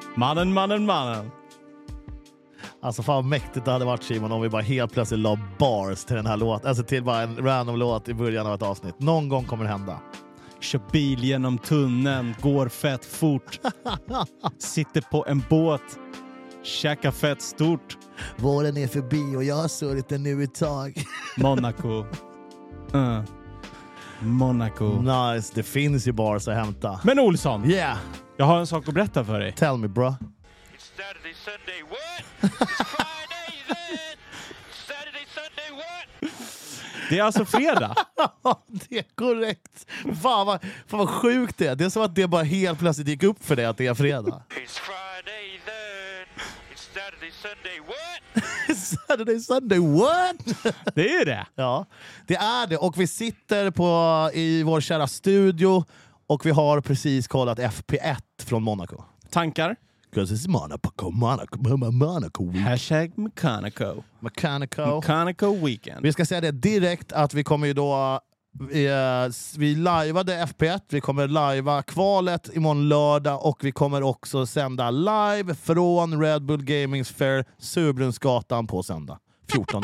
Mannen. Alltså fan mäktigt det hade varit, Simon, om vi bara helt plötsligt la bars till den här låten. Alltså till bara en random låt i början av ett avsnitt. Någon gång kommer det hända. Kör bil genom tunneln, går fett fort. Sitter på en båt, käkar fett stort. Våren är förbi och jag har sörjt den nu ett tag. Monaco. Monaco. Nice, det finns ju bars att hämta. Men Olsson, Yeah, jag har en sak att berätta för dig. tell me bro. It's Saturday, Sunday, what? It's Friday then. Saturday, Sunday, what? Det är alltså fredag. Det är korrekt. Fan vad sjukt det är. Det är som att det bara helt plötsligt gick upp för dig att det är fredag. It's Friday then. It's Saturday, Sunday, what? Saturday, Sunday, what? Det är ju det. Ja, det är det. Och vi sitter i vår kära studio och vi har precis kollat FP1 från Monaco. Tankar? Because it's Monaco week. Hashtag Mechanico. Mechanico weekend. Vi ska säga det direkt att vi kommer ju då vi liveade FP1, vi kommer livea kvalet imorgon lördag och vi kommer också sända live från Red Bull Gaming Fair Surbrunnsgatan på söndag 14.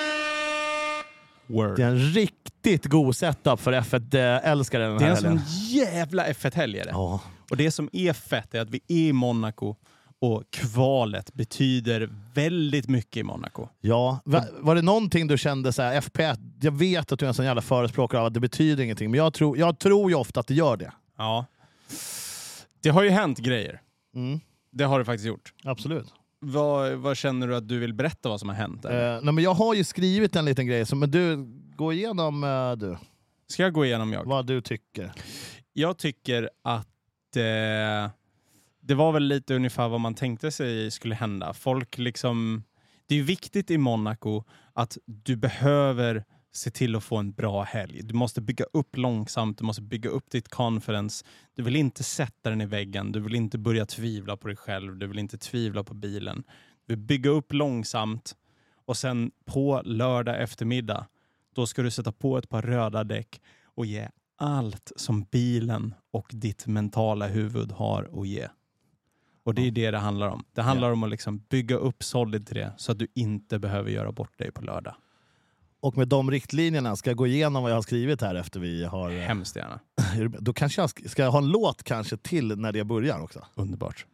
Word. Det är en riktigt god setup för F1 älskare den här helgen. Det är en helgen. sån jävla F1-helg är det. Ja. Och det som är fett är att vi är i Monaco och kvalet betyder väldigt mycket i Monaco. Ja, var det någonting du kände så här, FP1, jag vet att du är en sån jävla förespråkare av att det betyder ingenting, men jag tror ju ofta att det gör det. Ja. Det har ju hänt grejer. Mm. Det har det faktiskt gjort. Absolut. Vad känner du att du vill berätta vad som har hänt? Nej, men jag har ju skrivit en liten grej, men du, gå igenom du. Ska jag gå igenom jag? Vad du tycker. Jag tycker att det var väl lite ungefär vad man tänkte sig skulle hända. Folk liksom... Det är ju viktigt i Monaco att du behöver se till att få en bra helg. Du måste bygga upp långsamt, du måste bygga upp ditt confidence. Du vill inte sätta den i väggen, du vill inte börja tvivla på dig själv, du vill inte tvivla på bilen. Du vill bygga upp långsamt och sen på lördag eftermiddag då ska du sätta på ett par röda däck och ge allt som bilen och ditt mentala huvud har att ge. Och det är det handlar om. Det handlar om att liksom bygga upp solid till det så att du inte behöver göra bort dig på lördag. Och med de riktlinjerna ska jag gå igenom vad jag har skrivit här efter vi har... Hemskt gärna. Då kanske jag ska ha en låt kanske till när det börjar också. Underbart.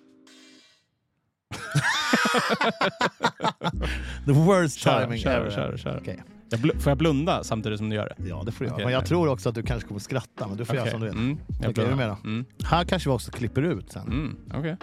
The worst timing ever. Kör. Okay. Får jag blunda samtidigt som du gör det? Ja, det får jag. Okay, men jag tror också att du kanske kommer skratta, men du får göra som du vill. Okay, är du med då? Här kanske vi också klipper ut sen. Okay.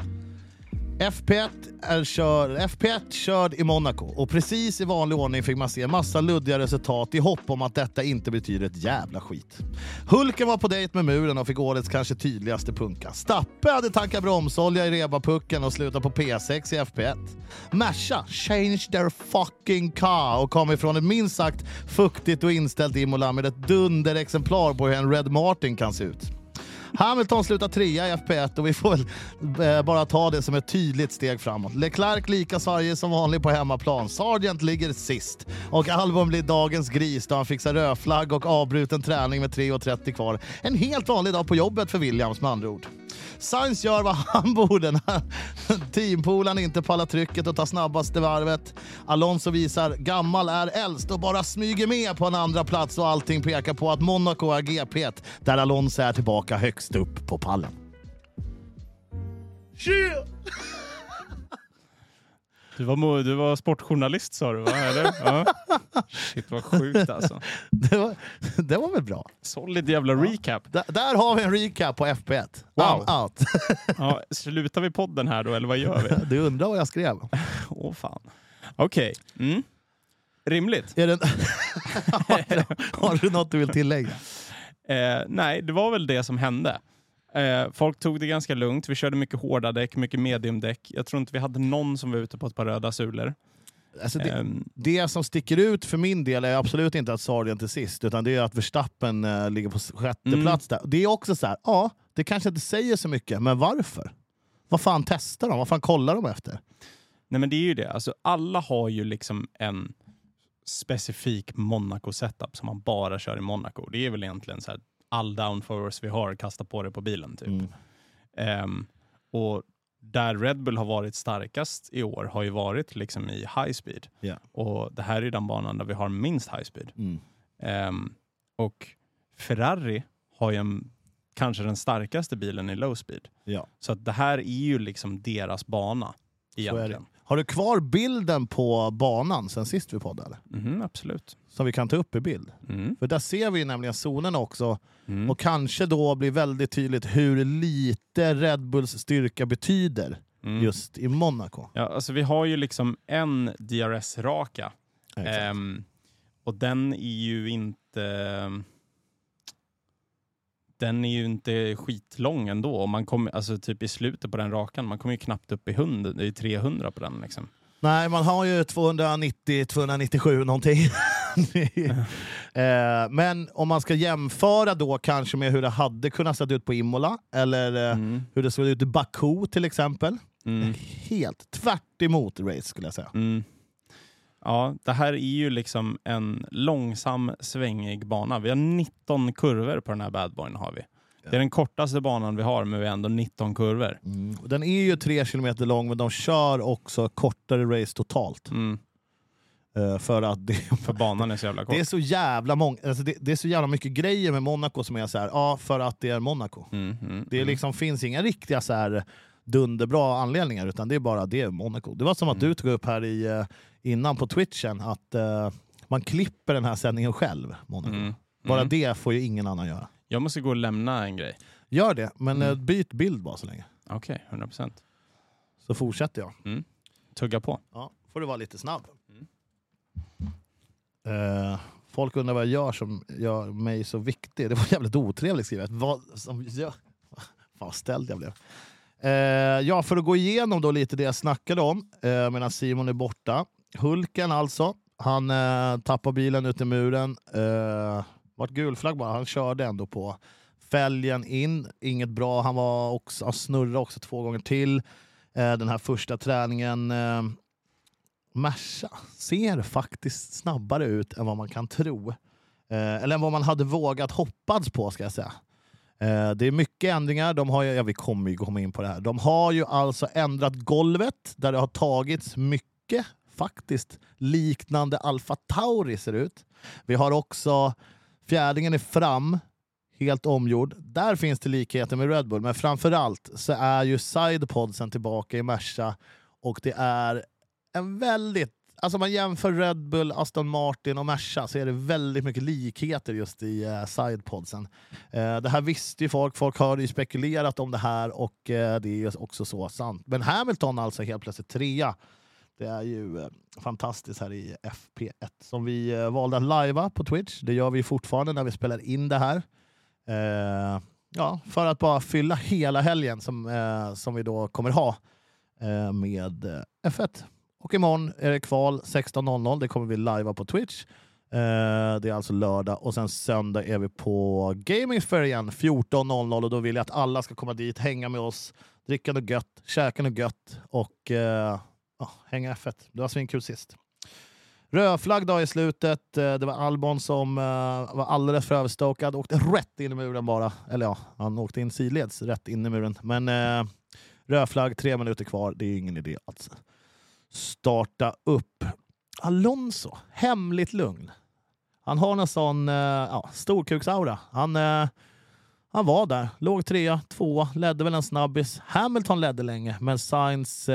FP1 körd i Monaco och precis i vanlig ordning fick man se en massa luddiga resultat i hopp om att detta inte betyder ett jävla skit. Hulken var på dejt med muren och fick årets kanske tydligaste punka. Stappe hade tankat bromsolja i rebapucken och slutat på P6 i FP1. Merca changed their fucking car och kom ifrån ett minst sagt fuktigt och inställt Imola med ett dunderexemplar på hur en Red Martin kan se ut. Hamilton slutar 3 i FP1 och vi får väl bara ta det som ett tydligt steg framåt. Leclerc lika sargig som vanligt på hemmaplan. Sargent ligger sist. Och Albon blir dagens gris då han fixar rödflagg och avbruten träning med 3:30 kvar. En helt vanlig dag på jobbet för Williams med andra ord. Sainz gör vad han borde när teampoolaren inte pallar trycket och tar snabbaste varvet. Alonso visar gammal är äldst och bara smyger med på en andra plats och allting pekar på att Monaco är GP där Alonso är tillbaka högst upp på pallen. Du var sportjournalist sa du va? Eller? Ja. Shit vad sjukt alltså. Det var väl bra. Solid jävla recap. Där har vi en recap på FP1. Wow. I'm out. Ja, slutar vi podden här då eller vad gör vi? Du undrar vad jag skrev. Åh fan. Okej. Rimligt. Är det... har du något du vill tillägga? Nej, det var väl det som hände. Folk tog det ganska lugnt. Vi körde mycket hårda däck, mycket mediumdäck. Jag tror inte vi hade någon som var ute på ett par röda sulor. Alltså det som sticker ut för min del är absolut inte att Sargent är sist, utan det är att Verstappen ligger på 6:e plats där. Det är också så här, ja, det kanske inte säger så mycket, men varför? Vad fan testar de? Vad fan kollar de efter? Nej men det är ju det. Alltså, alla har ju liksom en specifik Monaco-setup som man bara kör i Monaco. Det är väl egentligen så här all downforce vi har, kasta på det på bilen typ. Och där Red Bull har varit starkast i år har ju varit liksom i high speed. Yeah. Och det här är den banan där vi har minst high speed. Och Ferrari har ju kanske den starkaste bilen i low speed. Ja. Så att det här är ju liksom deras bana egentligen. Har du kvar bilden på banan sen sist vi poddade? Absolut. Som vi kan ta upp i bild. För där ser vi nämligen zonen också. Och kanske då blir väldigt tydligt hur lite Red Bulls styrka betyder just i Monaco. Ja, alltså vi har ju liksom en DRS-raka. Och den är ju inte skitlång ändå. Och man kommer, alltså typ i slutet på den rakan, man kommer ju knappt upp i 300 på den liksom. Nej, man har ju 290-297 någonting. Men om man ska jämföra då kanske med hur det hade kunnat se ut på Imola eller hur det såg ut i Baku till exempel. Helt tvärt emot race skulle jag säga. Ja, det här är ju liksom en långsam, svängig bana. Vi har 19 kurvor på den här badboyen har vi. Det är den kortaste banan vi har, men vi har ändå 19 kurvor. Den är ju 3 kilometer lång, men de kör också kortare race totalt. För banan är så jävla kort. Det är så jävla alltså det är så jävla mycket grejer med Monaco som är så här, för att det är Monaco. Det liksom finns inga riktiga så här dunderbra anledningar, utan det är Monaco. Det var som att du tog upp här innan på Twitchen att man klipper den här sändningen själv, Monaco. Bara det får ju ingen annan göra. Jag måste gå och lämna en grej. Gör det, men byt bild bara så länge. Okej, 100%. Så fortsätter jag. Tugga på. Ja, får du vara lite snabb. Folk undrar vad jag gör som gör mig så viktig. Det var jävligt otrevligt skrivet. Vad ställd jag blev. För att gå igenom då lite det jag snackade om medan Simon är borta. Hulken alltså. Han tappade bilen ut i muren. Vart gulflagg bara. Han körde ändå på fälgen in. Inget bra. Han snurrade också 2 gånger till. Den här första träningen. Merca ser faktiskt snabbare ut än vad man kan tro. Eller än vad man hade vågat hoppats på, ska jag säga. Det är mycket ändringar. Vi kommer ju komma in på det här. De har ju alltså ändrat golvet där det har tagits mycket faktiskt liknande Alfa Tauri ser ut. Vi har också fjädringen är fram, helt omgjord. Där finns det likheter med Red Bull, men framförallt så är ju sidepodsen tillbaka i Merca och det är en väldigt, alltså man jämför Red Bull, Aston Martin och Merca så är det väldigt mycket likheter just i sidepodsen. Det här visste ju folk har ju spekulerat om det här och det är ju också så sant. Men Hamilton alltså helt plötsligt 3. Det är ju fantastiskt här i FP1 som vi valde att livea på Twitch. Det gör vi fortfarande när vi spelar in det här. För att bara fylla hela helgen som vi då kommer ha med F1. Och imorgon är det kval 16.00. Det kommer vi livea på Twitch. Det är alltså lördag. Och sen söndag är vi på Gamingfärjan 14.00. Och då vill jag att alla ska komma dit, hänga med oss, dricka något gött, käka något gött och hänga F1. Det var svinkul sist. Rödflagg då i slutet. Det var Albon som var alldeles för överstokad. Åkte rätt in i muren bara. Eller ja, han åkte in sidleds rätt in i muren. Men rödflagg, 3 minuter kvar. Det är ingen idé att starta upp. Alonso, hemligt lugn. Han har en sån storkuksaura. Han var där. Låg 3, 2, ledde väl en snabbis. Hamilton ledde länge, men Sainz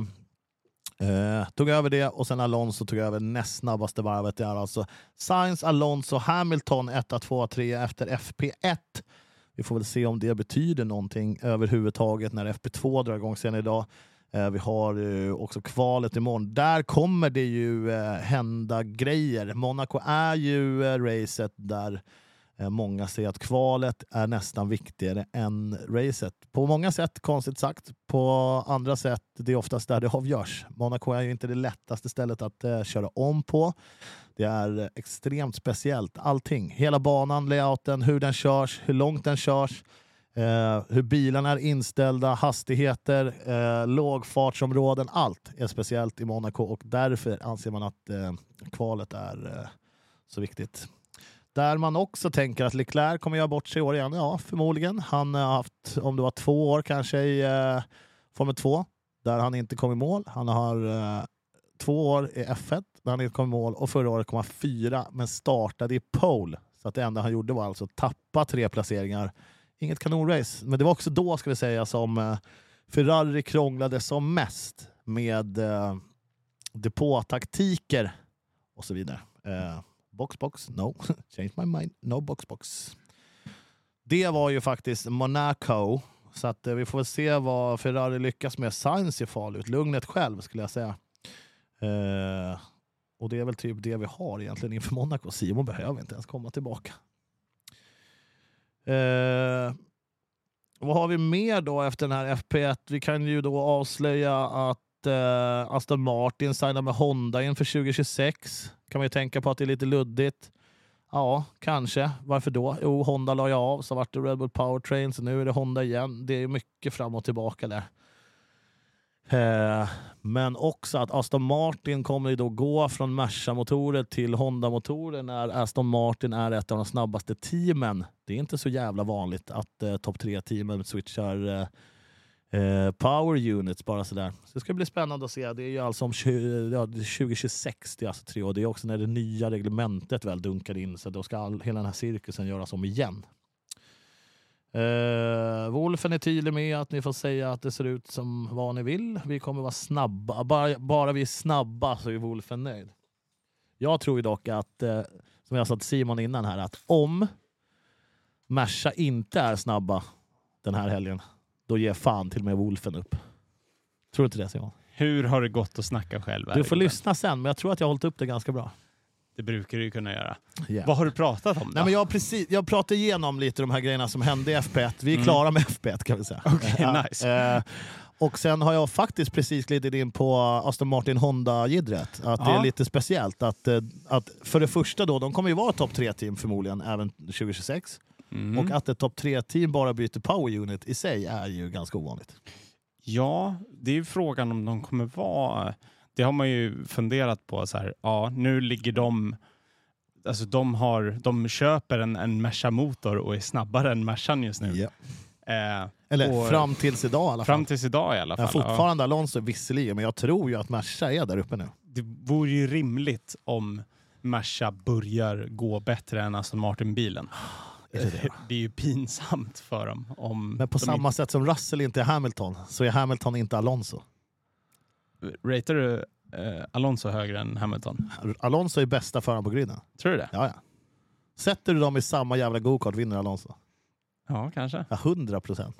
tog över det och sen Alonso tog över näst snabbaste varvet. Det är alltså Sainz, Alonso, Hamilton 1, 2, 3 efter FP1. Vi får väl se om det betyder någonting överhuvudtaget när FP2 drar igång sen idag. Vi har också kvalet imorgon. Där kommer det ju hända grejer. Monaco är ju racet där många säger att kvalet är nästan viktigare än racet. På många sätt, konstigt sagt. På andra sätt, det är oftast där det avgörs. Monaco är ju inte det lättaste stället att köra om på. Det är extremt speciellt. Allting. Hela banan, layouten, hur den körs, hur långt den körs. Hur bilarna är inställda, hastigheter, lågfartsområden, allt är speciellt i Monaco och därför anser man att kvalet är så viktigt. Där man också tänker att Leclerc kommer göra bort sig i år igen. Ja, förmodligen. Han har haft, om det var 2 år kanske i Formel 2, där han inte kom i mål. Han har 2 år i F1 där han inte kom i mål och förra året kom han 4 men startade i pole. Så att det enda han gjorde var alltså att tappa 3 placeringar. Inget kanonrace, men det var också då ska vi säga som Ferrari krånglade som mest med depåtaktiker och så vidare. Box, no. Change my mind, no box. Det var ju faktiskt Monaco. Så att vi får väl se vad Ferrari lyckas med. Sainz är farligt. Lugnet själv skulle jag säga. Och det är väl typ det vi har egentligen inför Monaco. Simon behöver inte ens komma tillbaka. Vad har vi mer då efter den här FP1? Vi kan ju då avslöja att Aston Martin signar med Honda inför 2026. Kan man ju tänka på att det är lite luddigt. Ja, kanske. Varför då? Jo, Honda la ju av, så vart det Red Bull Powertrain, så nu är det Honda igen. Det är mycket fram och tillbaka där. Men också att Aston Martin kommer ju då gå från Merca-motorer till Honda-motorer när Aston Martin är ett av de snabbaste teamen. Det är inte så jävla vanligt att topp 3-teamen switchar power units bara sådär. Så det ska bli spännande att se. Det är ju alltså om 2026, det är alltså 3 år. Det är också när det nya reglementet väl dunkar in, så då ska hela den här cirkusen göras om igen. Wolfen är tydlig med att ni får säga att det ser ut som vad ni vill. Vi kommer vara snabba. Bara vi är snabba så är Wolfen nöjd. Jag tror ju dock att, som jag sa till Simon innan här, att om Merca inte är snabba den här helgen, då ger fan till med Wolfen upp. Tror du inte det, Simon? Hur har det gått att snacka själv? Du får lyssna sen, men jag tror att jag har hållit upp det ganska bra. Det brukar du ju kunna göra. Yeah. Vad har du pratat om då? Nej, men jag pratade igenom lite de här grejerna som hände i FP1. Vi är klara med FP1 kan vi säga. Okej, nice. Och sen har jag faktiskt precis glidit in på Aston Martin Honda-gidret. Att det är lite speciellt. Att för det första då, de kommer ju vara topp 3-team förmodligen även 2026. Och att ett topp 3-team bara byter power unit i sig är ju ganska ovanligt. Ja, det är ju frågan om de kommer vara... Det har man ju funderat på så här. Ja, nu ligger de... Alltså de köper en Merca-motor och är snabbare än Mercan just nu. Yeah. Eller fram tills idag i alla fall. Fram tills idag i alla fall. Fortfarande Alonso visserligen, men jag tror ju att Merca är där uppe nu. Det vore ju rimligt om Merca börjar gå bättre än Aston Martin-bilen. Det är ju pinsamt för dem. Men på samma sätt som Russell inte är Hamilton, så är Hamilton inte Alonso. Rater du Alonso högre än Hamilton? Alonso är bästa föraren på griden. Tror du det? Ja. Sätter du dem i samma jävla go-kart vinner Alonso. Ja, kanske. Ja, 100%.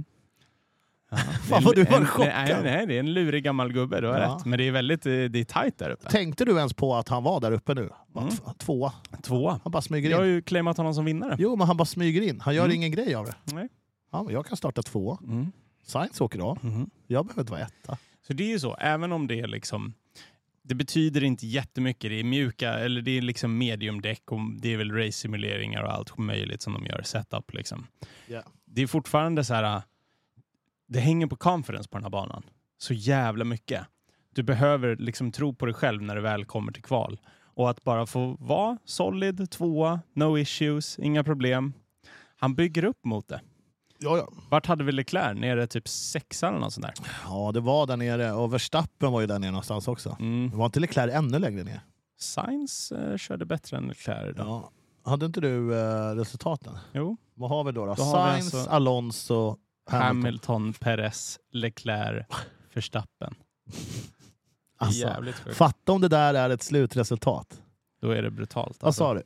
Ja. Fan vad du var chockad. Nej, det är en lurig gammal gubbe, du har rätt. Men det är tajt där uppe. Tänkte du ens på att han var där uppe nu? Tvåa. Han bara smyger in. Jag har ju claimat honom som vinnare. Jo, men han bara smyger in. Han gör ingen grej av det. Nej. Ja, men jag kan starta 2. Sainz åker av. Jag behöver inte vara 1. Så det är ju så, även om det är liksom... Det betyder inte jättemycket. Det är mjuka, eller det är liksom mediumdäck och det är väl race-simuleringar och allt möjligt som de gör. Setup liksom. Yeah. Det är fortfarande så här... Det hänger på confidence på den här banan. Så jävla mycket. Du behöver liksom tro på dig själv när du väl kommer till kval. Och att bara få vara solid, 2, no issues, inga problem. Han bygger upp mot det. Ja. Vart hade vi Leclerc? Nere typ 6 eller något sånt där? Ja, det var där nere. Och Verstappen var ju där nere någonstans också. Det var inte Leclerc ännu längre ner. Sainz körde bättre än Leclerc idag. Ja. Hade inte du resultaten? Jo. Vad har vi då? Sainz, alltså Alonso, Hamilton, Perez, Leclerc, Verstappen. Alltså, jävligt sjukt. Fatta om det där är ett slutresultat. Då är det brutalt. Vad sa du?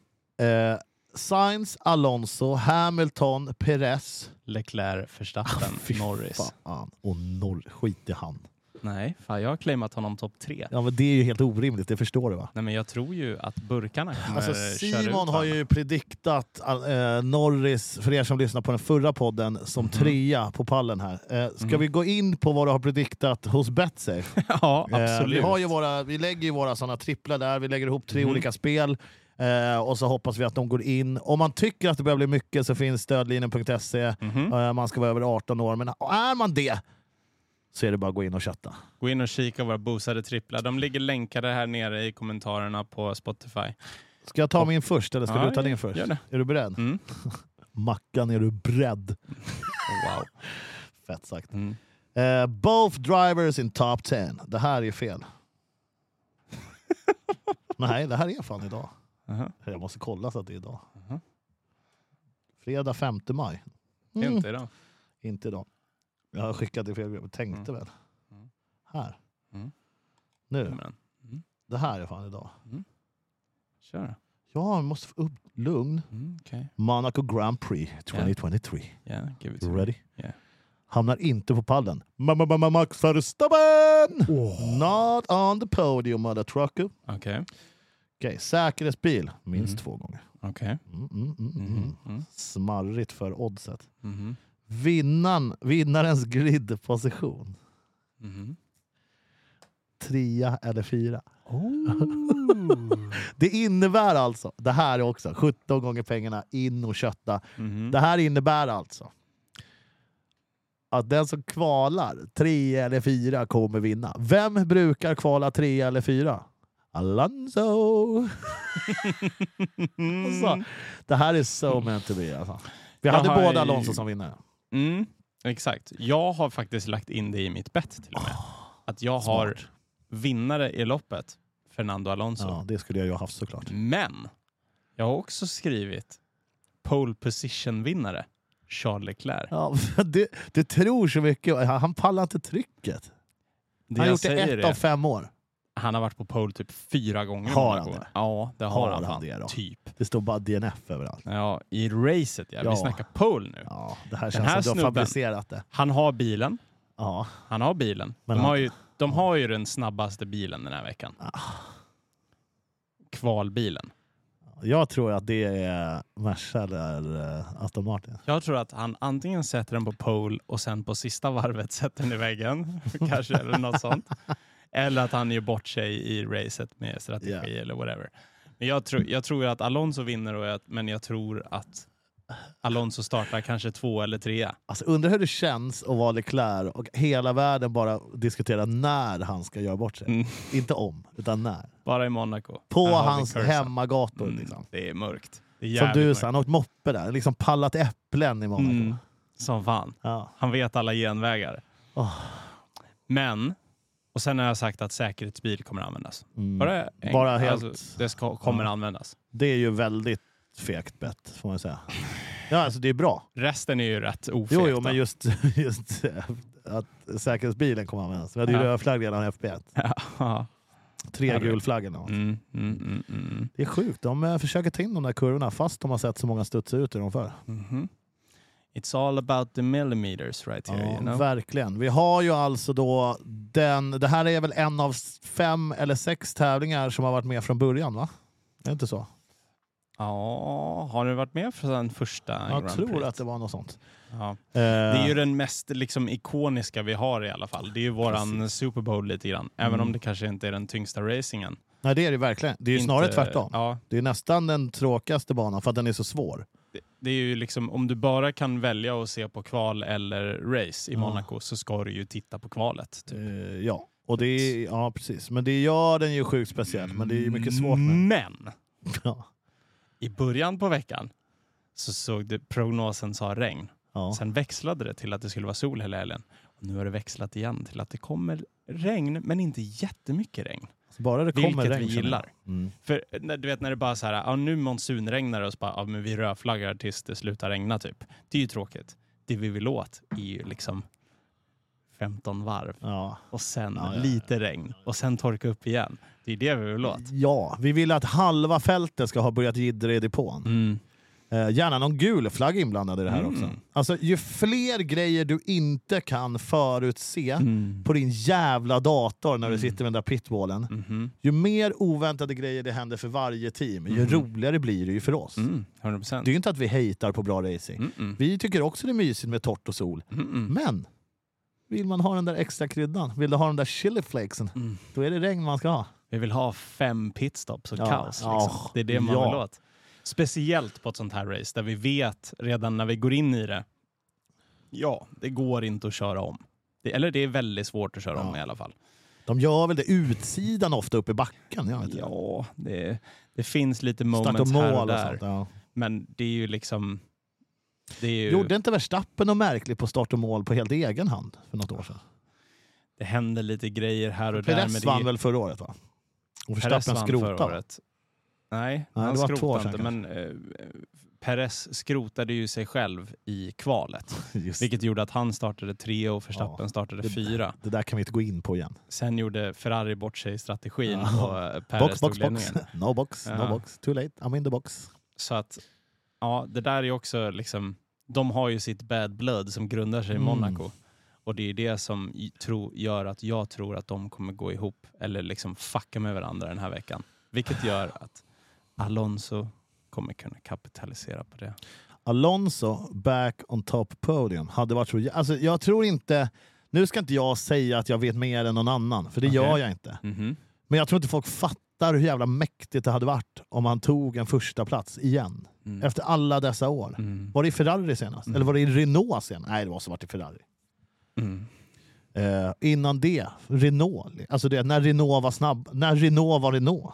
Sainz, Alonso, Hamilton, Perez, Leclerc, Verstappen, Norris. Fan. Och skit i han. Nej, fan, jag har claimat honom topp 3. Ja, men det är ju helt orimligt, det förstår du va? Nej, men jag tror ju att burkarna kommer alltså, köra Simon ut har ju prediktat Norris, för er som lyssnar på den förra podden, som 3 på pallen här. Ska vi gå in på vad du har prediktat hos Betsafe? Ja, absolut. Vi lägger ju våra sådana tripplar där, vi lägger ihop 3 olika spel. Och så hoppas vi att de går in. Om man tycker att det börjar bli mycket så finns stödlinjen.se. Man ska vara över 18 år. Men är man det så är det bara att gå in och chatta. Gå in och kika våra boostade tripplar. De ligger länkade här nere i kommentarerna på Spotify. Ska jag ta min först eller ska du ta din först? Gör det. Är du beredd? Mackan, är du beredd? Wow. Fett sagt. Both drivers in top 10. Det här är fel. Nej, det här är fan idag. Jag måste kolla så att det är idag. Fredag 5 maj. Inte idag. Inte idag. Jag har skickat det fel grupp. Tänkte väl. Här. Nu. Det här är fan idag. Kör. Ja, vi måste få upp lugn. Okay. Monaco Grand Prix 2023. Yeah, give it to Ready? me. Yeah. Hamnar inte på pallen. Max Verstappen! Not on the podium, mother trucker. Okej, säkerhetsbil. Minst 2 gånger. Okej. Smarrigt för oddset. Vinnarens gridposition. 3 eller 4. Det innebär alltså, det här är också 17 gånger pengarna in och kötta. Det här innebär alltså att den som kvalar 3 eller 4 kommer vinna. Vem brukar kvala 3 eller 4? Alonso! Alltså, det här är so meant to be. Alltså. Vi hade båda Alonso som vinnare. Exakt. Jag har faktiskt lagt in det i mitt bett till och med. Att jag har vinnare i loppet, Fernando Alonso. Ja, det skulle jag ju ha haft såklart. Men jag har också skrivit pole position-vinnare, Charles Leclerc. Ja, du tror så mycket. Han pallar inte trycket. Han har gjort det 1 av 5 år. Han har varit på pole typ 4 gånger. Har han det? Ja, det har han det då? typ. Det står bara DNF överallt. Ja, i racet. Vi snackar pole nu. Ja, det här känns som du har fabricerat det. Han har bilen. Ja. Han har bilen. De har ju den snabbaste bilen den här veckan. Kvalbilen. Jag tror att det är Merca eller Aston Martin. Jag tror att han antingen sätter den på pole och sen på sista varvet sätter den i väggen. Kanske eller något sånt. Eller att han gör bort sig i racet med strategi eller whatever. Men jag tror att Alonso vinner, men jag tror att Alonso startar kanske 2 eller 3. Alltså undrar hur det känns att vara Leclerc och hela världen bara diskuterar när han ska göra bort sig. Inte om, utan när. Bara i Monaco. På hans hemmagator. Liksom. Det är mörkt. Det är som du sa, han har åkt moppe där. Liksom pallat äpplen i Monaco. Som fan. Ja. Han vet alla genvägar. Men, och sen har jag sagt att säkerhetsbil kommer användas. Bara helt... Alltså, det kommer användas. Det är ju väldigt fegt bett, får man säga. Ja, alltså det är bra. Resten är ju rätt ofegt. Jo, men just att säkerhetsbilen kommer användas. Vi hade ju rödflagg redan F1. Ja. 3 gulflaggorna. Det är sjukt. De försöker ta in de där kurvorna fast de har sett så många studs ut i dem för. It's all about the millimeters right here. Ja, you know? Verkligen. Vi har ju alltså då det här är väl en av 5 eller 6 tävlingar som har varit med från början, va? Är det inte så? Ja, har du varit med från den första? Jag tror att det var något sånt. Ja. Det är ju den mest liksom ikoniska vi har i alla fall. Det är ju våran Super Bowl lite grann. Även om det kanske inte är den tyngsta racingen. Nej, det är det verkligen. Det är ju snarare tvärtom. Ja. Det är nästan den tråkigaste banan för att den är så svår. Det är ju liksom, om du bara kan välja att se på kval eller race i Monaco så ska du ju titta på kvalet. Typ. Ja, och det är, precis. Men det gör den ju sjukt speciell. Men det är ju mycket svårt med. Men! I början på veckan så såg det, prognosen sa regn. Sen växlade det till att det skulle vara sol hela helgen. Och nu har det växlat igen till att det kommer regn, men inte jättemycket regn. Så bara det kommer vilket regn, vi gillar. För du vet när det bara så här, nu monsunregnar och så bara, men vi rödflaggar tills det slutar regna typ. Det är ju tråkigt. Det vi vill åt är ju liksom 15 varv. Och sen lite regn. Och sen torka upp igen. Det är det vi vill åt. Ja, vi vill att halva fältet ska ha börjat jiddra i depån. Gärna någon gul flagg inblandad i det här också. Alltså ju fler grejer du inte kan förutse på din jävla dator när du sitter med den där pitballen. Ju mer oväntade grejer det händer för varje team, ju roligare blir det ju för oss. 100%. Det är ju inte att vi hatar på bra racing. Vi tycker också det är mysigt med torrt och sol. Men vill man ha den där extra kryddan, vill du ha den där chili flakesen, då är det regn man ska ha. Vi vill ha 5 pitstops och kaos. Liksom. Det är det man vill åt. Speciellt på ett sånt här race där vi vet redan när vi går in i det, det går inte att köra om. Eller det är väldigt svårt att köra om i alla fall. De gör väl det utsidan ofta upp i backen? Jag vet inte. Det finns lite moments här och där. Men det är ju liksom... Det är ju, Gjorde inte Verstappen något märkligt på start och mål på helt egen hand för något år sedan? det händer lite grejer här och där. Perez vann väl förra året, va? Och Verstappen skrotade. Nej, Nej, han det var 2 år skrotade sedan inte. Men Perez skrotade ju sig själv i kvalet. Just. Vilket gjorde att han startade 3 och Verstappen startade 4. Det där kan vi inte gå in på igen. Sen gjorde Ferrari bort sig i strategin och Perez tog ledningen. No box, no box. Too late, I'm in the box. Så att, ja, det där är också liksom, de har ju sitt bad blood som grundar sig i Monaco. Och det är det som gör att jag tror att de kommer gå ihop eller liksom fucka med varandra den här veckan. Vilket gör att Alonso kommer kunna kapitalisera på det. Alonso back on top podium hade varit så... Alltså jag tror inte... Nu ska inte jag säga att jag vet mer än någon annan, för det gör jag inte. Mm-hmm. Men jag tror inte folk fattar hur jävla mäktigt det hade varit om han tog en första plats igen. Efter alla dessa år. Var det i Ferrari senast? Eller var det i Renault senast? Nej, det var så varit i Ferrari. Innan det, Renault. Alltså det, när Renault var snabb. När Renault var Renault.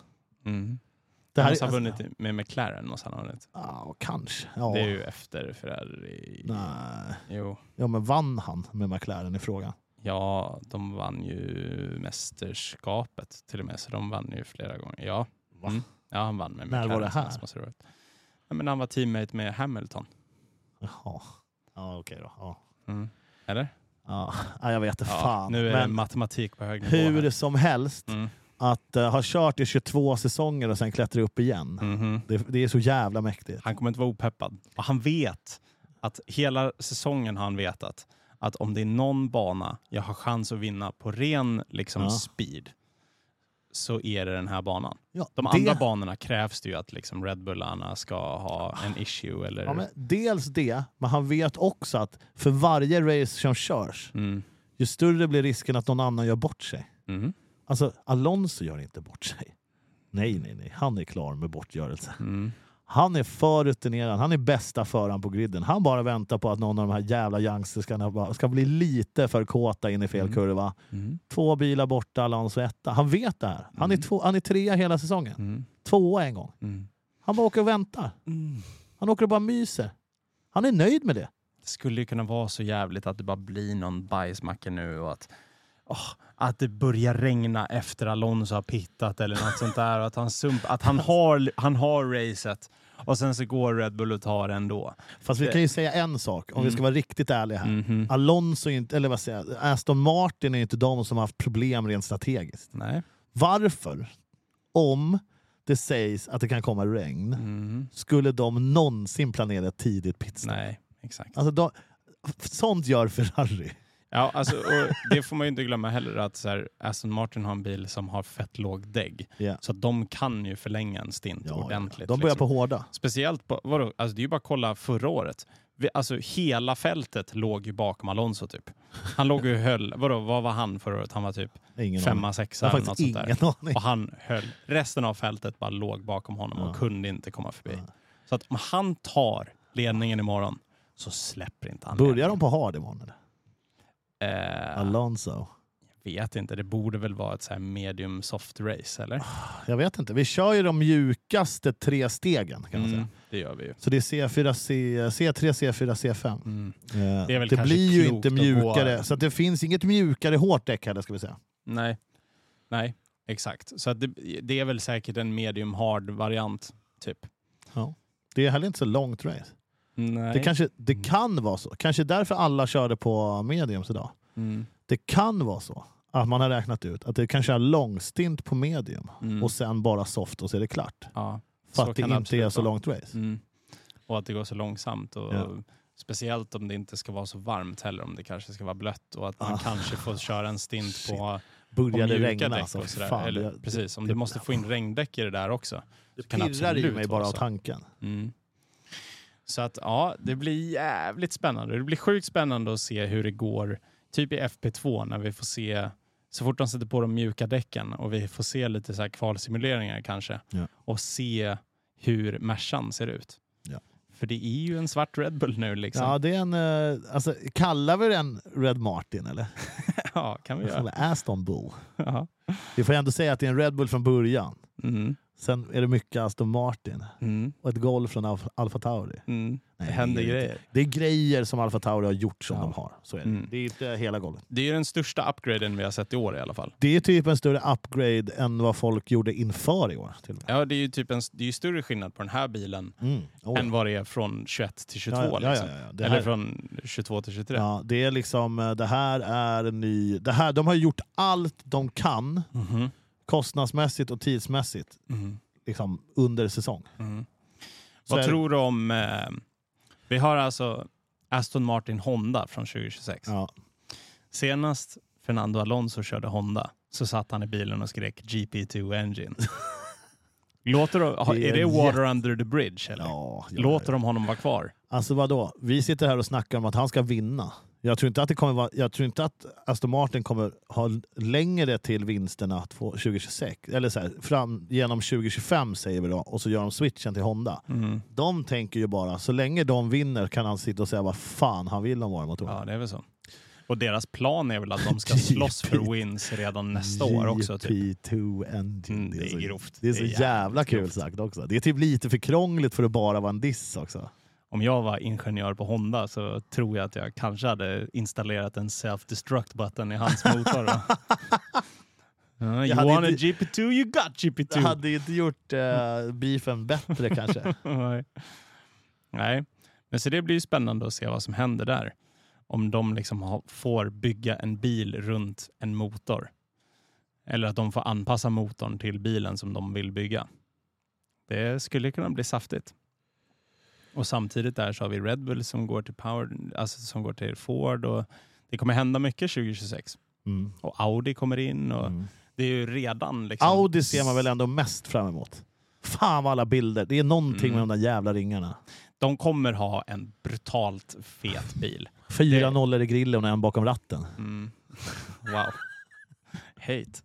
Det här måste ha vunnit med McLaren. Måste han ha vunnit. Ja, kanske. Ja. Det är ju efter Ferrari. Nej. Jo. Ja, men vann han med McLaren i frågan? Ja, de vann ju mästerskapet till och med. Så de vann ju flera gånger. Ja, ja han vann med McLaren. När var det här? Ja, men han var teammate med Hamilton. Jaha. Ja, okej då. Ja. Eller? Ja, jag vet inte fan. Nu är men det matematik på hög nivå. hur här. som helst, att ha kört i 22 säsonger och sen klättra upp igen. Det är så jävla mäktigt. Han kommer inte vara opeppad. Och han vet att hela säsongen har han vetat att om det är någon bana jag har chans att vinna på ren liksom, speed, så är det den här banan. Ja, de andra banorna krävs det ju att liksom Red Bullarna ska ha en issue. Eller... Ja, men dels det, men han vet också att för varje race som körs, ju större blir risken att någon annan gör bort sig. Alltså, Alonso gör inte bort sig. Nej. Han är klar med bortgörelse. Han är för rutinerad. Han är bästa föraren på griden. Han bara väntar på att någon av de här jävla youngsterskarna ska bli lite för kåta in i fel kurva. 2 bilar borta, Alonso 1. Han vet det här. Han är 3 hela säsongen. 2 en gång. Han bara åker och väntar. Han åker och bara myser. Han är nöjd med det. Det skulle ju kunna vara så jävligt att det bara blir någon bajsmacka nu och att det börjar regna efter Alonso har pittat eller något sånt där. Och att han har racet och sen så går Red Bull och tar ändå. Fast vi kan ju säga en sak, om vi ska vara riktigt ärliga här. Alonso, eller vad säger jag, Aston Martin är inte de som har haft problem rent strategiskt. Nej. Varför, om det sägs att det kan komma regn, skulle de någonsin planera ett tidigt pitstop? Nej, exakt. Alltså sånt gör Ferrari. Ja, alltså, och det får man ju inte glömma heller att så här, Aston Martin har en bil som har fett låg dägg. Yeah. Så att de kan ju förlänga en stint ordentligt. De börjar liksom. på hårda. Speciellt på, vadå? Alltså, det är ju bara att kolla förra året. Alltså hela fältet låg ju bakom Alonso typ. Han låg ju och höll, vad var han förra året? Han var typ 5-6 eller något sånt där. Och han höll, resten av fältet bara låg bakom honom och kunde inte komma förbi. Så att om han tar ledningen imorgon så släpper inte han. Börjar de på hard imorgon eller? Alonso. Jag vet inte, det borde väl vara ett så här medium soft race, eller? Jag vet inte. Vi kör ju de mjukaste 3 stegen kan man säga. Det gör vi ju. Så det är C4, C3, C4, C5. Det är väl det blir ju inte mjukare. Gå... Så att det finns inget mjukare hårt däck heller, ska vi säga. Nej, exakt. Så att det är väl säkert en medium hard variant, typ. Ja. Det är heller inte så långt race. Nej. Det kan vara så. Kanske därför alla körde på mediums idag. Det kan vara så att man har räknat ut att det kanske är långstint på medium och sen bara soft och så är det klart. Ja, för att det inte är så långt race. Och att det går så långsamt. Och speciellt om det inte ska vara så varmt heller, om det kanske ska vara blött och att man kanske får köra en stint på började mjuka regna däck alltså. och sådär. Fan, eller, precis, om du måste få in regndäck i det där också. Det pirrar i mig bara av tanken. Så att det blir jävligt spännande. Det blir sjukt spännande att se hur det går typ i FP2 när vi får se så fort de sätter på de mjuka däcken och vi får se lite så här kvalsimuleringar kanske och se hur Mercan ser ut. Ja. För det är ju en svart Red Bull nu liksom. Ja, det är en alltså kallar vi den Red Martin eller? Ja, kan vi göra. Aston Bull. Vi får ändå säga att det är en Red Bull från början. Sen är det mycket Aston Martin. Och ett golv från Alfa Tauri. Det händer grejer. Det är grejer som Alfa Tauri har gjort som de har. Så är det. Det är inte hela golvet. Det är den största upgraden vi har sett i år i alla fall. Det är typ en större upgrade än vad folk gjorde inför i år. Till och med. Ja, det är ju typ det är ju större skillnad på den här bilen än vad det är från 21 till 22. Liksom. Eller från 22 till 23. Ja, det är liksom, det här är en ny... de har gjort allt de kan kostnadsmässigt och tidsmässigt liksom, under säsong. Vad tror du om... vi har alltså Aston Martin Honda från 2026. Ja. Senast Fernando Alonso körde Honda så satt han i bilen och skrek GP2 Engine. Är det water under the bridge? Eller? Ja, Låter de honom vara kvar? Alltså vadå? Vi sitter här och snackar om att han ska vinna. Jag tror inte att Aston Martin kommer ha längre till vinsterna 2026 eller så här, fram genom 2025 säger vi då, och så gör de switchen till Honda. De tänker ju bara så länge de vinner kan han sitta och säga vad fan han vill om våra motorer. Ja, det är väl så. Och deras plan är väl att de ska slåss för wins redan nästa år också. Typ. GP2 Engine. Det är grovt. Det är så jävla kul sagt också. Det är typ lite för krångligt för att bara vara en diss också. Om jag var ingenjör på Honda så tror jag att jag kanske hade installerat en self-destruct button i hans motor. You want a GP2, you got GP2. Det hade inte gjort beefen bättre kanske. Nej, men så det blir ju spännande att se vad som händer där. Om de liksom får bygga en bil runt en motor. Eller att de får anpassa motorn till bilen som de vill bygga. Det skulle kunna bli saftigt. Och samtidigt där så har vi Red Bull som går till som går till Ford, och det kommer hända mycket 2026. Och Audi kommer in och det är ju redan liksom... Audi ser man väl ändå mest fram emot. Fan vad alla bilder. Det är någonting med de där jävla ringarna. De kommer ha en brutalt fet bil. 4 nollor i grillen och en bakom ratten. Wow. Hate.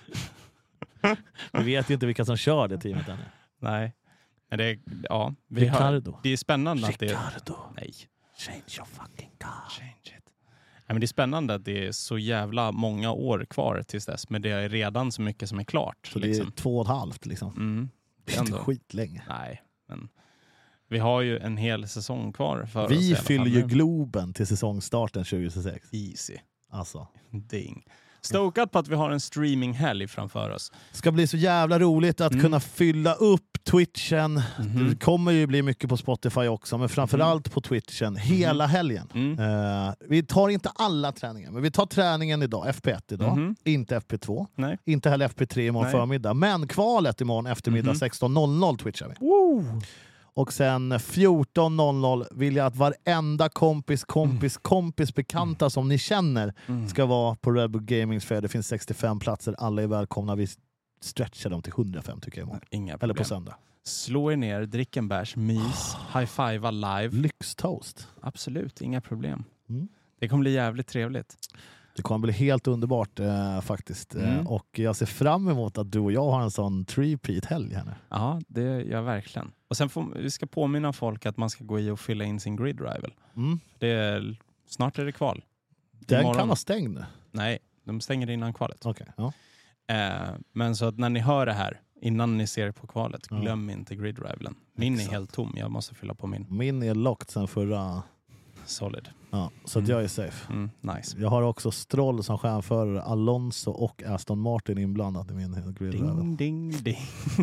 Vi vet ju inte vilka som kör det teamet ännu. Nej. Men det, ja, det är spännande att det är... Nej. Change your fucking car. Change it. Nej, men det är spännande att det är så jävla många år kvar tills dess. Men det är redan så mycket som är klart. Så liksom. Det är 2,5 liksom. Det är inte skitlänge. Nej, men vi har ju en hel säsong kvar för vi oss. Vi fyller ju Globen till säsongstarten 2026. Easy. Alltså. Ding. Stokad på att vi har en streaminghelg framför oss. Ska bli så jävla roligt att kunna fylla upp Twitchen. Det kommer ju bli mycket på Spotify också, men framförallt på Twitchen hela helgen. Vi tar inte alla träningar, men vi tar träningen idag, FP1 idag, inte FP2. Nej. Inte heller FP3 imorgon förmiddag, men kvalet imorgon eftermiddag 16:00 twitchar vi. Woo! Och sen 14:00 vill jag att varenda kompis bekanta som ni känner ska vara på Red Bull Gamings fair. Det finns 65 platser, alla är välkomna. Vi stretchar dem till 105 tycker jag imorgon. Inga problem. Eller på söndag. Slå er ner, drick en bärs, mys, high-fiva live. Lyxtoast. Absolut, inga problem. Det kommer bli jävligt trevligt. Det kommer bli helt underbart faktiskt. Och jag ser fram emot att du och jag har en sån three-peat-helg här nu. Ja, det gör jag verkligen. Och sen vi ska påminna folk att man ska gå i och fylla in sin grid rival. Snart är det kval. Den kan vara stängd nu. Nej, de stänger innan kvalet. Okay, ja. Men så att när ni hör det här, innan ni ser på kvalet, glöm inte grid rivalen. Min är helt tom, jag måste fylla på min. Min är locked sen förra... Solid. Ja, så att jag är safe. Nice. Jag har också Stroll som stjärnförare, Alonso och Aston Martin inblandat i min grid rival. Ding.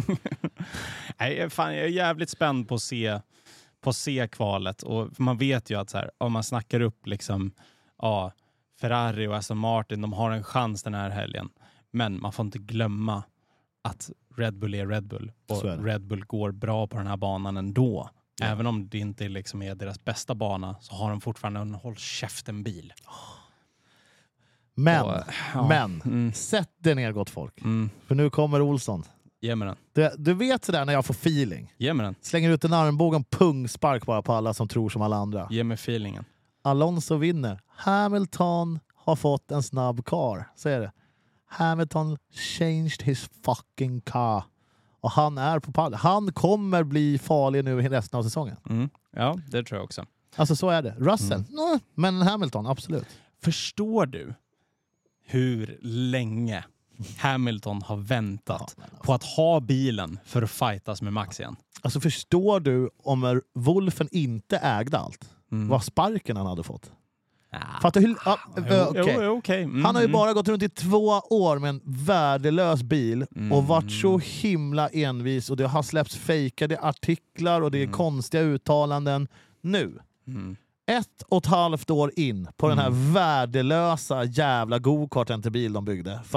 Nej, fan, jag är jävligt spänd på att se kvalet. Och man vet ju att så här, om man snackar upp liksom, Ferrari och Aston Martin, de har en chans den här helgen. Men man får inte glömma att Red Bull är Red Bull. Och Red Bull går bra på den här banan ändå. Ja. Även om det inte liksom är deras bästa bana så har de fortfarande en håll käften bil. Men sätt det ner gott folk. För nu kommer Olsson. Ge mig den. Du vet sådär när jag får feeling. Ge mig den. Slänger ut en armbågen, spark bara på alla som tror som alla andra. Ge mig feelingen. Alonso vinner. Hamilton har fått en snabb car. Så är det. Hamilton changed his fucking car. Och han är på pallen. Han kommer bli farlig nu i resten av säsongen. Ja, det tror jag också. Alltså så är det. Russell, men Hamilton, absolut. Förstår du hur länge Hamilton har väntat på att ha bilen för att fightas med Max igen. Alltså förstår du om Wolfen inte ägde allt? Vad sparken han hade fått? Fattar hur... Okay. Han har ju bara gått runt i 2 år med en värdelös bil och varit så himla envis och det har släppts fejkade artiklar och det är konstiga uttalanden. Nu, 1,5 år in på den här värdelösa jävla go-karten till bil de byggde för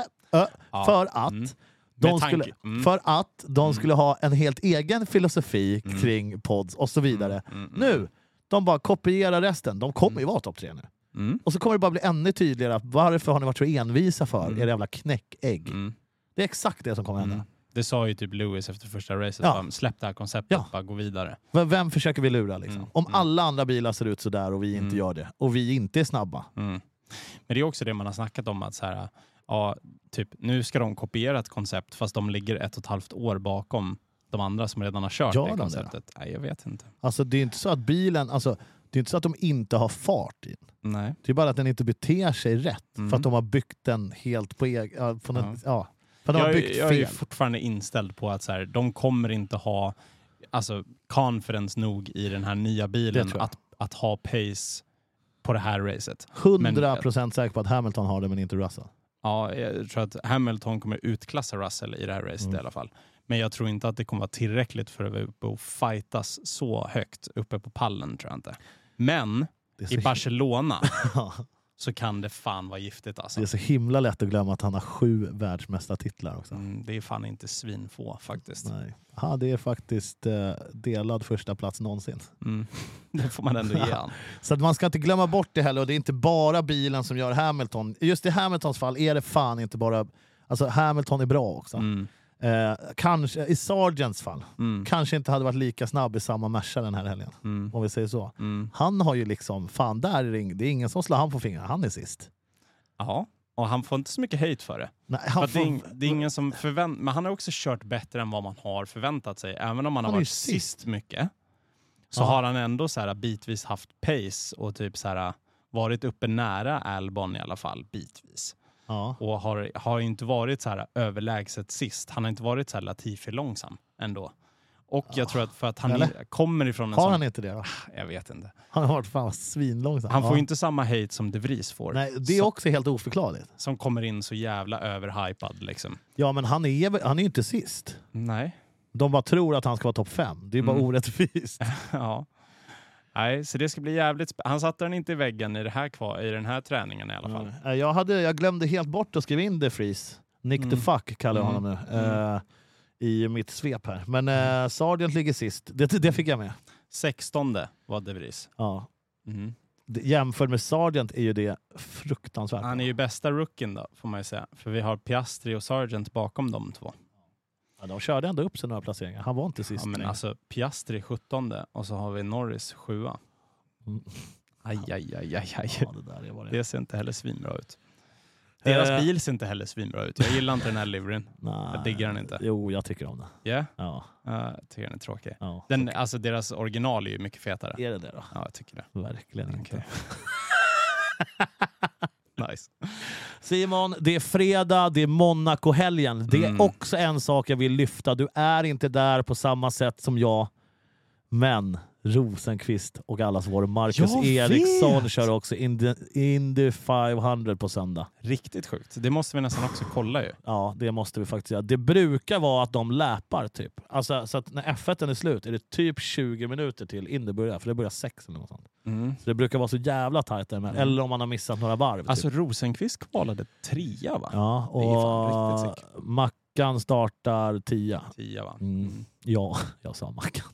att de skulle ha en helt egen filosofi kring pods och så vidare. Nu, de bara kopierar resten. De kommer ju vara topp 3 nu. Och så kommer det bara bli ännu tydligare att varför har ni varit så envisa för er jävla knäckägg. Det är exakt det som kommer hända. Det sa ju typ Lewis efter första racet. Släpp det här konceptet, bara gå vidare. Vem försöker vi lura liksom? Om alla andra bilar ser ut så där och vi inte gör det. Och vi inte är snabba. Men det är också det man har snackat om att så här, ja, typ, nu ska de kopiera ett koncept fast de ligger 1,5 år bakom de andra som redan har kört det konceptet. Nej, jag vet inte. Alltså det är inte så att bilen, alltså det är inte så att de inte har fart in. Nej. Det är bara att den inte beter sig rätt för att de har byggt den helt på egen... För de har byggt fel. Jag är fortfarande inställd på att så här, de kommer inte ha confidence nog i den här nya bilen att ha pace på det här racet. 100% säker på att Hamilton har det men inte Russell. Ja, jag tror att Hamilton kommer utklassa Russell i det här racet i alla fall. Men jag tror inte att det kommer vara tillräckligt för att vara uppe och fightas så högt uppe på pallen, tror jag inte. Men i Barcelona så kan det fan vara giftigt alltså. Det är så himla lätt att glömma att han har 7 världsmästartitlar också. Det är fan inte svinfå faktiskt. Nej. Ja, det är faktiskt delad första plats någonsin. Det får man ändå ge han. Så att man ska inte glömma bort det heller och det är inte bara bilen som gör Hamilton. Just i Hamiltons fall är det fan inte bara... Alltså Hamilton är bra också. Kanske i Sargents fall kanske inte hade varit lika snabb i samma Merca den här helgen om vi säger så. Han har ju liksom fan där det är ingen som slår han på fingrarna, han är sist. Ja, och han får inte så mycket hate för det. Nej, det är ingen som men han har också kört bättre än vad man har förväntat sig. Även om han har varit sist mycket så har han ändå så här bitvis haft pace och typ så här varit uppe nära Albon i alla fall bitvis. Och har inte varit så här överlägset sist. Han har inte varit så här Latifi långsam ändå. Och jag tror att för att han kommer ifrån en har han inte det då? Jag vet inte. Han har varit fan svinlångsam. Han får inte samma hate som De Vries får. Nej, det är också helt oförklarligt. Som kommer in så jävla överhypad liksom. Ja, men han är ju inte sist. Nej. De bara tror att han ska vara topp 5. Det är bara orättvist. Ja. Nej, så det ska bli jävligt han satte den inte i väggen i den här träningen i alla fall. Jag glömde helt bort att skriva in De Vries. Nick the fuck kallar jag honom nu. I mitt svep här. Men Sargent ligger sist. Det fick jag med. 16:e var De Vries. Ja. Jämfört med Sargent är ju det fruktansvärt. Han är ju bästa rookien då, får man ju säga. För vi har Piastri och Sargent bakom de två. Ja, de körde ändå upp sig några placeringar. Han var inte sist. Ja, men alltså Piastri 17:e och så har vi Norris 7:a. Aj. Ja, det ser inte heller svinbra ut. Deras bil ser inte heller svinbra ut. Jag gillar inte den här liveryn. Jag diggar den inte. Jo, jag tycker om det. Yeah? Ja. Jag tycker den är tråkig. Ja, alltså deras original är ju mycket fetare. Är det det då? Ja, jag tycker det. Verkligen inte. Nice. Simon, det är fredag, det är Monaco-helgen. Det är också en sak jag vill lyfta. Du är inte där på samma sätt som jag. Men Rosenqvist och allas vår Marcus Eriksson kör också Indy 500 på söndag. Riktigt sjukt. Det måste vi nästan också kolla ju. Ja, det måste vi faktiskt göra. Det brukar vara att de läpar typ. Alltså, så att när F1 är slut är det typ 20 minuter till Indy börjar. För det börjar 6 eller något sånt. Så det brukar vara så jävla tajt där med. Eller om man har missat några varv. Alltså typ. Rosenqvist kvalade 3 va? Ja, och Mackan startar 10. 10 va? Ja, jag sa Mackan.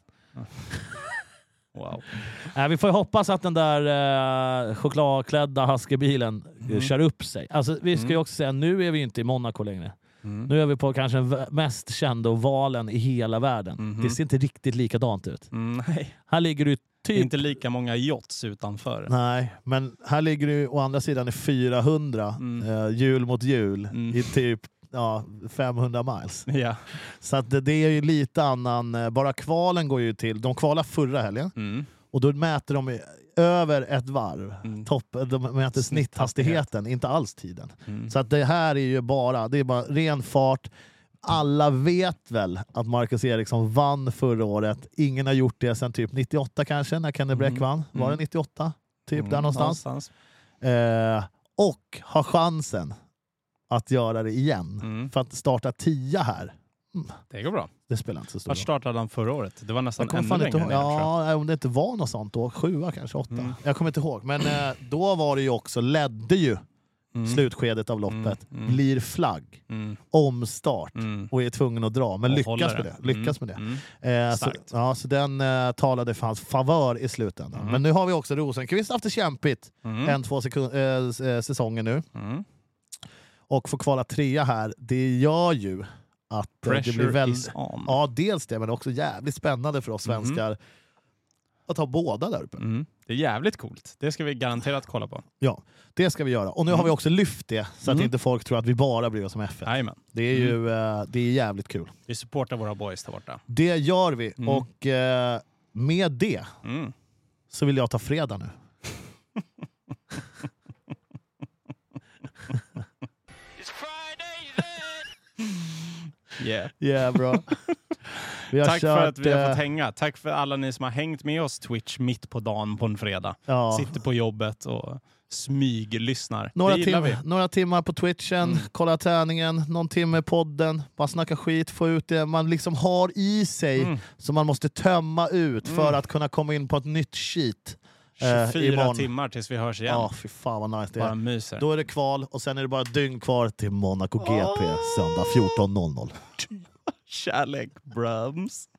Wow. Vi får hoppas att den där chokladklädda Husky-bilen kör upp sig. Alltså, vi ska ju också säga, nu är vi inte i Monaco längre. Nu är vi på kanske den mest kända ovalen i hela världen. Det ser inte riktigt likadant ut. Nej. Här ligger du typ... Inte lika många yachts utanför. Nej, men här ligger du å andra sidan i 400 hjul mot hjul i typ 500 miles. Ja. Så att det är ju lite annan... Bara kvalen går ju till... De kvalar förra helgen. Och då mäter de över ett varv. De mäter snitthastigheten, inte alls tiden. Så att det här är ju bara ren fart. Alla vet väl att Marcus Ericsson vann förra året. Ingen har gjort det sedan typ 98 kanske, när Kenny Bräck vann. Var det 98? Typ där någonstans. Och har chansen att göra det igen. För att starta 10 här. Det går bra. Det spelar inte så stor roll. Vart startade han förra året? Det var nästan ännu längre ner, ja, om det inte var något sånt då. 7 kanske 8. Jag kommer inte ihåg. Men då var det ju också, ledde ju slutskedet av loppet. Blir flagg. Omstart. Och är tvungen att dra. Men lyckas med det. Så den talade för hans favör i slutändan. Men nu har vi också Rosenqvist haft det kämpigt. 1-2 säsonger nu. Och få kvala 3 här, det gör ju att det blir väldigt... Ja, dels det, men också jävligt spännande för oss svenskar att ha båda där uppe. Det är jävligt coolt. Det ska vi garanterat kolla på. Ja, det ska vi göra. Och nu har vi också lyft det, så att inte folk tror att vi bara bryr oss om F1. Jajamän. Det är ju det är jävligt kul. Vi supportar våra boys där borta. Det gör vi. Och med det så vill jag ta fredag nu. Yeah, bra. Tack för att vi har fått hänga. Tack för alla ni som har hängt med oss Twitch mitt på dagen på en fredag. Sitter på jobbet och smyglyssnar. Några timmar på Twitchen, kolla träningen, någon timme i podden, bara snacka skit, få ut det man liksom har i sig som man måste tömma ut för att kunna komma in på ett nytt shit. 24 timmar tills vi hörs igen. Ja, fy fan vad nice det är. Bara myser. Då är det kval och sen är det bara dygn kvar till Monaco GP söndag 14.00. Kärlek, Brams.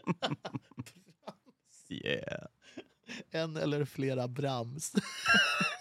Yeah. En eller flera Brams.